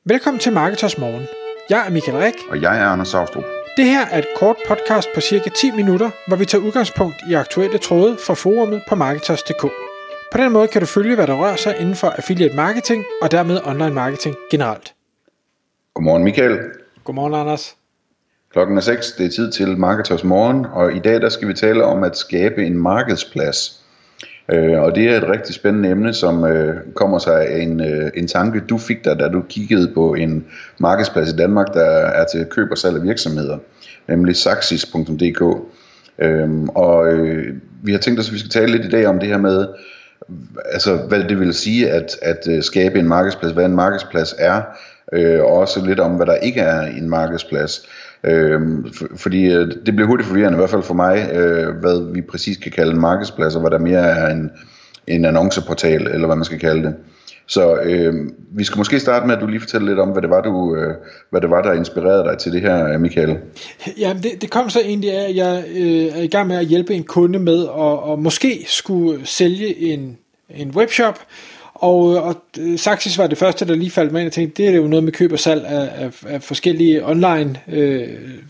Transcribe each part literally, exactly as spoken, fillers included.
Velkommen til Marketers Morgen. Jeg er Michael Rik. Og jeg er Anders Saustrup. Det her er et kort podcast på cirka ti minutter, hvor vi tager udgangspunkt i aktuelle tråde fra forumet på Marketers punktum d k. På den måde kan du følge, hvad der rører sig inden for affiliate marketing og dermed online marketing generelt. Godmorgen Michael. Godmorgen Anders. Klokken er seks, det er tid til Marketers Morgen, og i dag der skal vi tale om at skabe en markedsplads. Øh, og det er et rigtig spændende emne, som øh, kommer sig af en, øh, en tanke, du fik dig, da du kiggede på en markedsplads i Danmark, der er til køb og salg af virksomheder, nemlig saxis punktum d k. Øh, og øh, vi har tænkt os, at vi skal tale lidt i dag om det her med, altså hvad det vil sige at, at skabe en markedsplads, hvad en markedsplads er, øh, og også lidt om, hvad der ikke er en markedsplads. Øh, for, fordi øh, det bliver hurtigt forvirrende, i hvert fald for mig, øh, hvad vi præcis kan kalde en markedsplads, og hvad der mere er en, en annonceportal, eller hvad man skal kalde det. Så øh, vi skal måske starte med, at du lige fortæller lidt om, hvad det var, du, øh, hvad det var der inspirerede dig til det her, Michael. Ja, det, det kom så egentlig af, at jeg øh, er i gang med at hjælpe en kunde med, og, og måske skulle sælge en, en webshop. Og, og Saxis var det første, der lige faldt mig ind og tænkte, det er jo noget med køb og salg af, af, af forskellige online øh,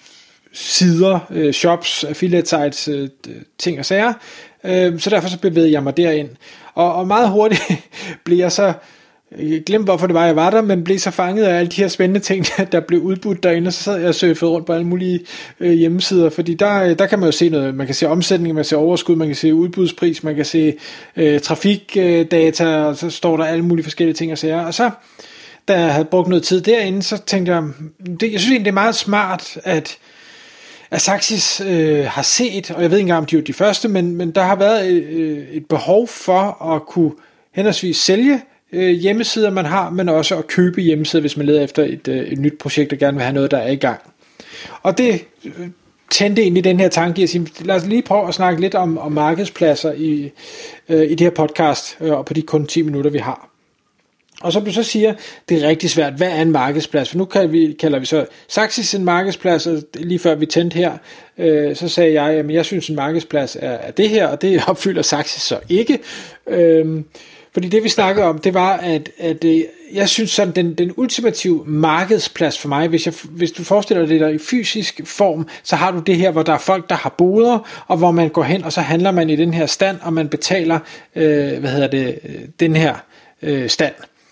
sider, øh, shops, affiliate sites, øh, ting og sager. Øh, så derfor så bevægede jeg mig derind. Og, og meget hurtigt blev jeg så, jeg glemte hvorfor det var, jeg var der, men blev så fanget af alle de her spændende ting, der blev udbudt derinde, og så sad jeg og surfede rundt på alle mulige øh, hjemmesider, fordi der, der kan man jo se noget, man kan se omsætning, man kan se overskud, man kan se udbudspris, man kan se øh, trafikdata, og så står der alle mulige forskellige ting og sager, og så, da jeg havde brugt noget tid derinde, så tænkte jeg, det, jeg synes egentlig, det er meget smart, at at Saxis øh, har set, og jeg ved ikke engang, om de er de første, men, men der har været øh, et behov for at kunne henholdsvis sælge øh, hjemmesider, man har, men også at købe hjemmesider, hvis man leder efter et, øh, et nyt projekt, og gerne vil have noget, der er i gang. Og det øh, tændte egentlig den her tanke, at sige, lad os lige prøve at snakke lidt om, om markedspladser i, øh, i det her podcast, øh, og på de kun ti minutter, vi har. Og som du så siger, det er rigtig svært. Hvad er en markedsplads? For nu kalder vi, kalder vi så Saxis en markedsplads, og lige før vi tændte her, øh, så sagde jeg, at jeg synes en markedsplads er, er det her, og det opfylder Saxis så ikke. Øh, fordi det vi snakkede om, det var, at, at øh, jeg synes sådan, den, den ultimative markedsplads for mig, hvis, jeg, hvis du forestiller dig det der i fysisk form, så har du det her, hvor der er folk, der har boder, og hvor man går hen, og så handler man i den her stand, og man betaler, øh, hvad hedder det, den her øh, stand.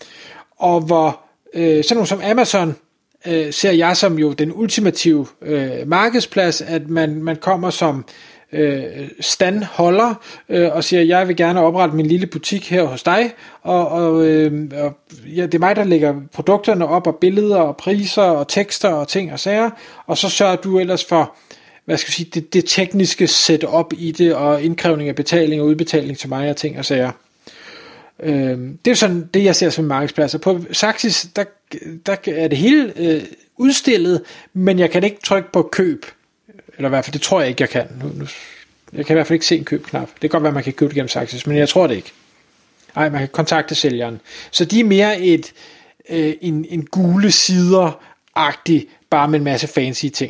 Og hvor øh, sådan nogle som Amazon øh, ser jeg som jo den ultimative øh, markedsplads, at man, man kommer som øh, standholder øh, og siger, jeg vil gerne oprette min lille butik her hos dig, og, og, øh, og ja, det er mig, der lægger produkterne op, og billeder og priser og tekster og ting og sager, og så sørger du ellers for, hvad skal jeg sige, det, det tekniske setup i det, og indkrævning af betaling og udbetaling til mig og ting og sager. Det er sådan det, jeg ser som markedspladser. På Saxis, der, der er det hele øh, udstillet, men jeg kan ikke trykke på køb, eller i hvert fald det tror jeg ikke jeg kan nu, nu, jeg kan i hvert fald ikke se en købknap. Det kan godt være man kan købe det gennem Saxis, men jeg tror det ikke. Nej, man kan kontakte sælgeren. Så de er mere et øh, en, en gule sider-agtig, bare med en masse fancy ting.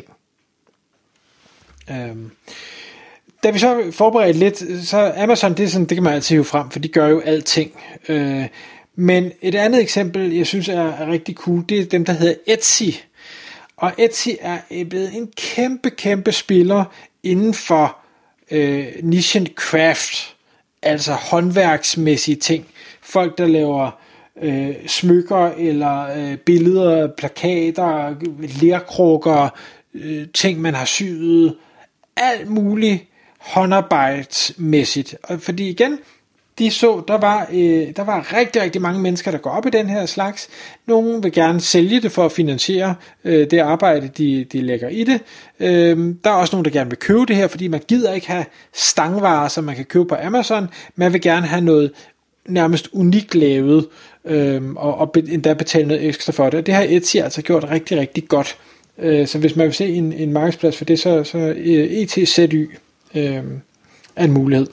øhm Da vi så forberedte lidt, så Amazon, det, er sådan, det kan man altid hive frem, for de gør jo alting. Øh, men et andet eksempel, jeg synes er, er rigtig cool, det er dem, der hedder Etsy. Og Etsy er blevet en kæmpe, kæmpe spiller inden for øh, nichen craft, altså håndværksmæssige ting. Folk, der laver øh, smykker, eller øh, billeder, plakater, lerkrukker, øh, ting, man har syet, alt muligt håndarbejdsmæssigt. Og fordi igen, de så, der var, øh, der var rigtig, rigtig mange mennesker, der går op i den her slags. Nogle vil gerne sælge det for at finansiere øh, det arbejde, de, de lægger i det. Øh, der er også nogle, der gerne vil købe det her, fordi man gider ikke have stangvarer, som man kan købe på Amazon. Man vil gerne have noget nærmest unikt lavet, øh, og, og endda betale noget ekstra for det. Det har Etsy altså gjort rigtig, rigtig godt. Øh, så hvis man vil se en, en markedsplads for det, så, så øh, E T Z Y øh, er en mulighed.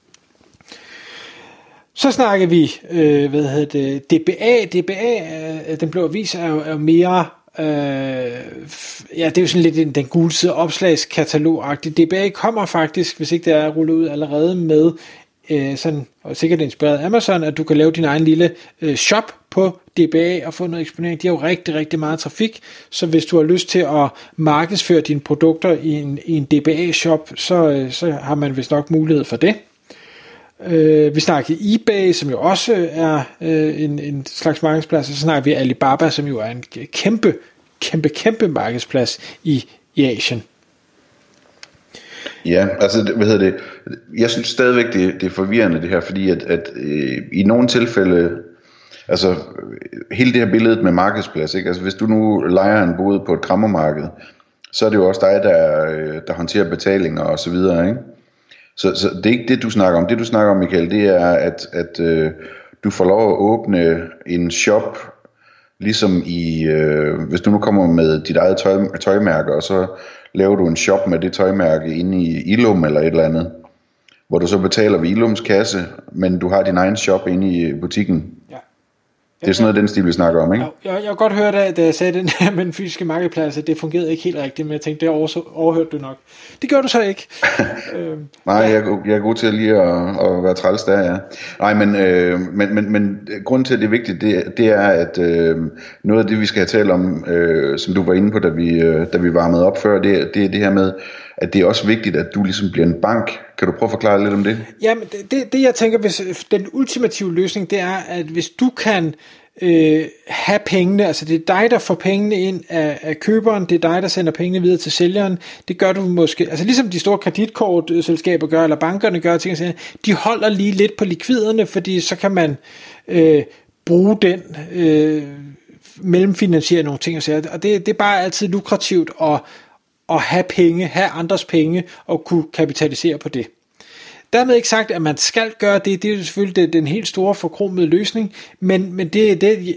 Så snakker vi, øh, hvad hedder det, D B A. D B A, øh, den blå avis, er jo, er jo mere, øh, ja, det er jo sådan lidt den, den gule side opslagskatalog-agtigt. D B A kommer faktisk, hvis ikke det er rullet ud allerede, med øh, sådan, og sikkert inspireret af Amazon, at du kan lave din egen lille øh, shop på D B A og få noget eksponering. De har jo rigtig, rigtig meget trafik, så hvis du har lyst til at markedsføre dine produkter i en, i en D B A-shop, så, så har man vist nok mulighed for det. Uh, vi snakker eBay, som jo også er uh, en, en slags markedsplads, og så snakker vi Alibaba, som jo er en kæmpe, kæmpe, kæmpe markedsplads i, i Asien. Ja, altså, hvad hedder det, jeg synes stadigvæk, det, det er forvirrende det her, fordi at, at øh, i nogle tilfælde, altså hele det her billede med markedsplads, ikke? Altså hvis du nu lejer en bod på et krammermarked, så er det jo også dig, der, der håndterer betalinger og så videre, ikke? Så, så det er ikke det, du snakker om. Det, du snakker om, Michael, det er, at, at øh, du får lov at åbne en shop, ligesom i, øh, hvis du nu kommer med dit eget tøj, tøjmærke, og så laver du en shop med det tøjmærke inde i Illum eller et eller andet, hvor du så betaler ved Illums kasse, men du har din egen shop inde i butikken. Ja. Det er sådan noget, den stil, vi snakker om, ikke? Jeg, jeg, jeg har godt hørt, at da jeg sagde den her med den fysiske markedsplads, at det fungerede ikke helt rigtigt, men jeg tænkte, det over, overhørte du nok. Det gør du så ikke. øhm, Nej, ja. jeg, jeg er god til lige at, at være træls der, ja. Nej, men, øh, men, men, men grunden til, at det er vigtigt, det, det er, at øh, noget af det, vi skal have talt om, øh, som du var inde på, da vi, øh, da vi varmede op før, det, det er det her med, at det er også vigtigt, at du ligesom bliver en bank. Kan du prøve at forklare lidt om det? Jamen, det, det, det jeg tænker, hvis den ultimative løsning, det er, at hvis du kan øh, have pengene, altså det er dig, der får pengene ind af, af køberen, det er dig, der sender pengene videre til sælgeren, det gør du måske, altså ligesom de store kreditkortselskaber gør, eller bankerne gør, ting, de holder lige lidt på likviderne, fordi så kan man øh, bruge den, øh, mellemfinansiere nogle ting, og det, det er bare altid lukrativt at at have penge, have andres penge, og kunne kapitalisere på det. Dermed ikke sagt, at man skal gøre det, det er jo selvfølgelig den helt store forkromede løsning, men, men det er det,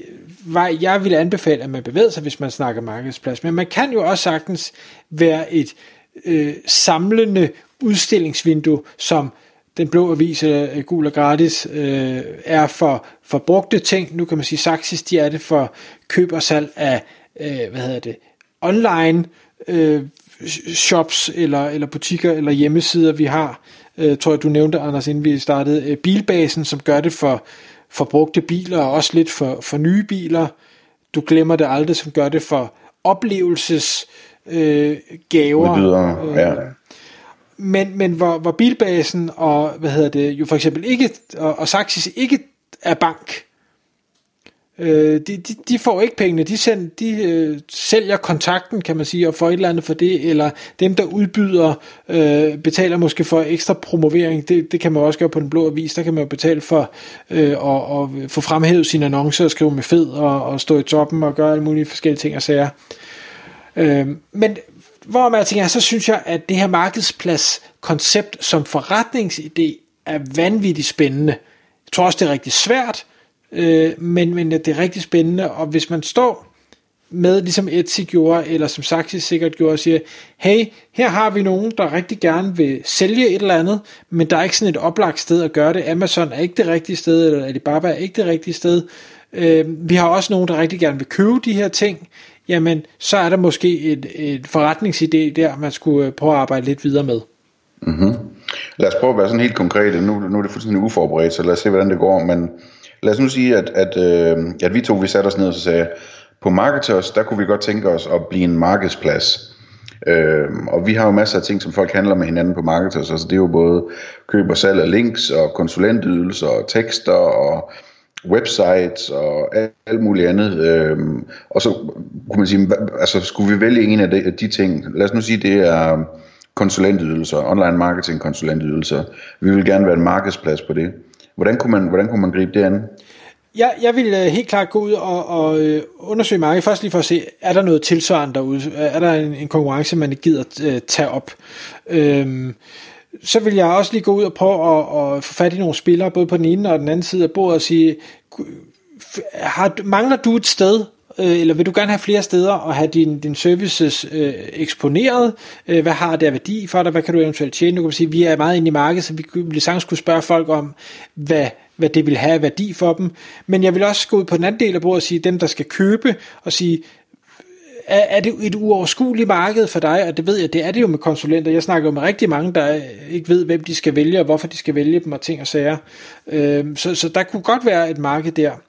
jeg vil anbefale, at man bevæger sig, hvis man snakker markedsplads. Men man kan jo også sagtens være et øh, samlende udstillingsvindue, som den blå avis, eller Gul og Gratis, øh, er for, for brugte ting. Nu kan man sige, Saxis, de er det for køb og salg af, øh, hvad hedder det, online øh, shops, eller, eller butikker, eller hjemmesider. Vi har, øh, tror jeg, du nævnte, Anders, inden vi startede, øh, Bilbasen, som gør det for, for brugte biler, og også lidt for, for nye biler. Du glemmer det aldrig, som gør det for oplevelses øh, gaver. Udbyder, ja. Øh, men, men hvor, hvor Bilbasen og, hvad hedder det, jo for eksempel ikke, og, og Saxis ikke er bank, øh, de, de, de får ikke pengene, de, send, de øh, sælger kontakten, kan man sige, og får et eller andet for det, eller dem, der udbyder, øh, betaler måske for ekstra promovering, det, det kan man også gøre på Den Blå Avis, der kan man jo betale for øh, at, at få fremhævet sine annoncer, og skrive med fed, og, og stå i toppen, og gøre alle mulige forskellige ting og sager. Øh, men hvor man tænker, så synes jeg, at det her markedsplads-koncept som forretningsidé er vanvittigt spændende. Jeg tror også, det er rigtig svært, øh, men, men det er rigtig spændende, og hvis man står med, ligesom Etsy gjorde, eller som Saxis sikkert gjorde, og siger, hey, her har vi nogen, der rigtig gerne vil sælge et eller andet, men der er ikke sådan et oplagt sted at gøre det. Amazon er ikke det rigtige sted, eller Alibaba er ikke det rigtige sted. Øh, vi har også nogen, der rigtig gerne vil købe de her ting, jamen så er der måske et, et forretningsidé der, man skulle prøve at arbejde lidt videre med. Mm-hmm. Lad os prøve at være sådan helt konkrete. Nu, nu er det fuldstændig uforberedt, så lad os se, hvordan det går. Men lad os nu sige, at, at, øh, at vi to vi satte os ned og så sagde, på Marketers, der kunne vi godt tænke os at blive en markedsplads. Øh, og vi har jo masser af ting, som folk handler med hinanden på Marketers. Altså det er jo både køb og salg af links, og konsulentydelser, og tekster, og websites og alt muligt andet, øhm, og så kunne man sige, altså skulle vi vælge en af de, de ting, lad os nu sige, det er konsulentydelser, online marketing konsulentydelser, vi vil gerne være en markedsplads på det. Hvordan kunne man, hvordan kunne man gribe det an? Ja, jeg vil helt klart gå ud og, og undersøge markedet, først lige for at se, er der noget tilsvarende derude, er der en, en konkurrence, man ikke gider at tage op. Øhm, Så vil jeg også lige gå ud og prøve at, at få fat i nogle spillere, både på den ene og den anden side af bordet, og sige, har, mangler du et sted, eller vil du gerne have flere steder, og have din, din services øh, eksponeret? Hvad har det af værdi for dig? Hvad kan du eventuelt tjene? Du kan sige, vi er meget inde i markedet, så vi ville sagtens kunne spørge folk om, hvad, hvad det vil have af værdi for dem. Men jeg vil også gå ud på den anden del af bordet og sige, dem der skal købe, og sige, er det et uoverskueligt marked for dig, og det ved jeg, det er det jo med konsulenter. Jeg snakker jo med rigtig mange, der ikke ved, hvem de skal vælge, og hvorfor de skal vælge dem, og ting og sager. Så, så der kunne godt være et marked der.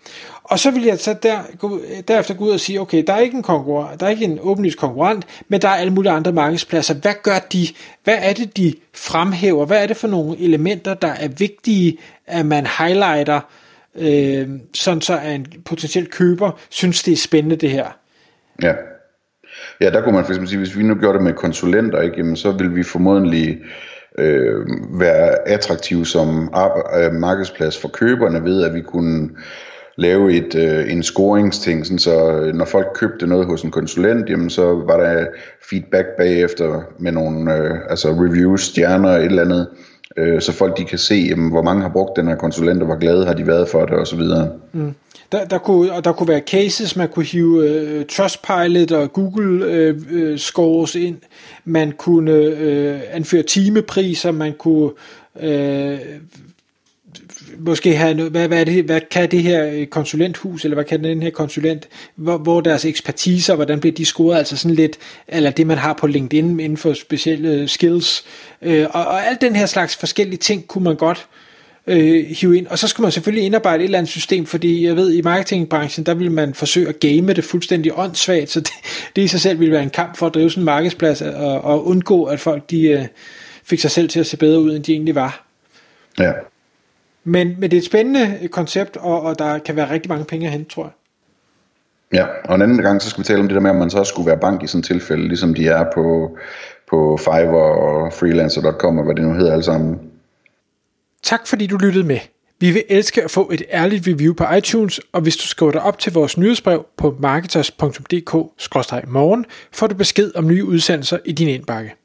Og så vil jeg så der, gå, derefter gå ud og sige, okay, der er ikke en konkurrent, der er ikke en åbenlyst konkurrent, men der er alle mulige andre markedspladser. Hvad gør de? Hvad er det, de fremhæver? Hvad er det for nogle elementer, der er vigtige, at man highlighter, øh, sådan så en potentiel køber synes, det er spændende det her? Ja. Ja, der kunne man for eksempel sige, hvis vi nu gjorde det med konsulenter, ikke, jamen, så vil vi formodentlig øh, være attraktive som ar- markedsplads for køberne ved, at vi kunne lave et, øh, en scoringsting, sådan så når folk købte noget hos en konsulent, jamen, så var der feedback bagefter med nogle øh, altså reviews, stjerner og et eller andet, øh, så folk de kan se, jamen, hvor mange har brugt den her konsulent, og hvor glade har de været for det, og så videre. Mm. Der, der, kunne, og der kunne være cases, man kunne hive uh, Trustpilot og Google uh, uh, scores ind, man kunne uh, anføre timepriser, man kunne uh, måske have noget, hvad, hvad, er det, hvad kan det her konsulenthus, eller hvad kan den her konsulent, hvor, hvor deres ekspertiser, hvordan bliver de scoret, altså sådan lidt, eller det man har på LinkedIn inden for specielle skills, uh, og, og alt den her slags forskellige ting kunne man godt Øh, hive ind, og så skal man selvfølgelig indarbejde et eller andet system, fordi jeg ved, i marketingbranchen, der vil man forsøge at game det fuldstændig åndssvagt, så det, det i sig selv vil være en kamp for at drive sådan en markedsplads, og, og undgå, at folk de øh, fik sig selv til at se bedre ud, end de egentlig var. Ja. Men, men det er et spændende koncept, og, og der kan være rigtig mange penge at hente, tror jeg. Ja, og en anden gang, så skal vi tale om det der med, om man så skulle være bank i sådan et tilfælde, ligesom de er på, på Fiverr og freelancer punktum com, og hvad det nu hedder alle sammen. Tak fordi du lyttede med. Vi vil elske at få et ærligt review på iTunes, og hvis du skriver dig op til vores nyhedsbrev på marketers punktum d k skråstreg morgen, får du besked om nye udsendelser i din indbakke.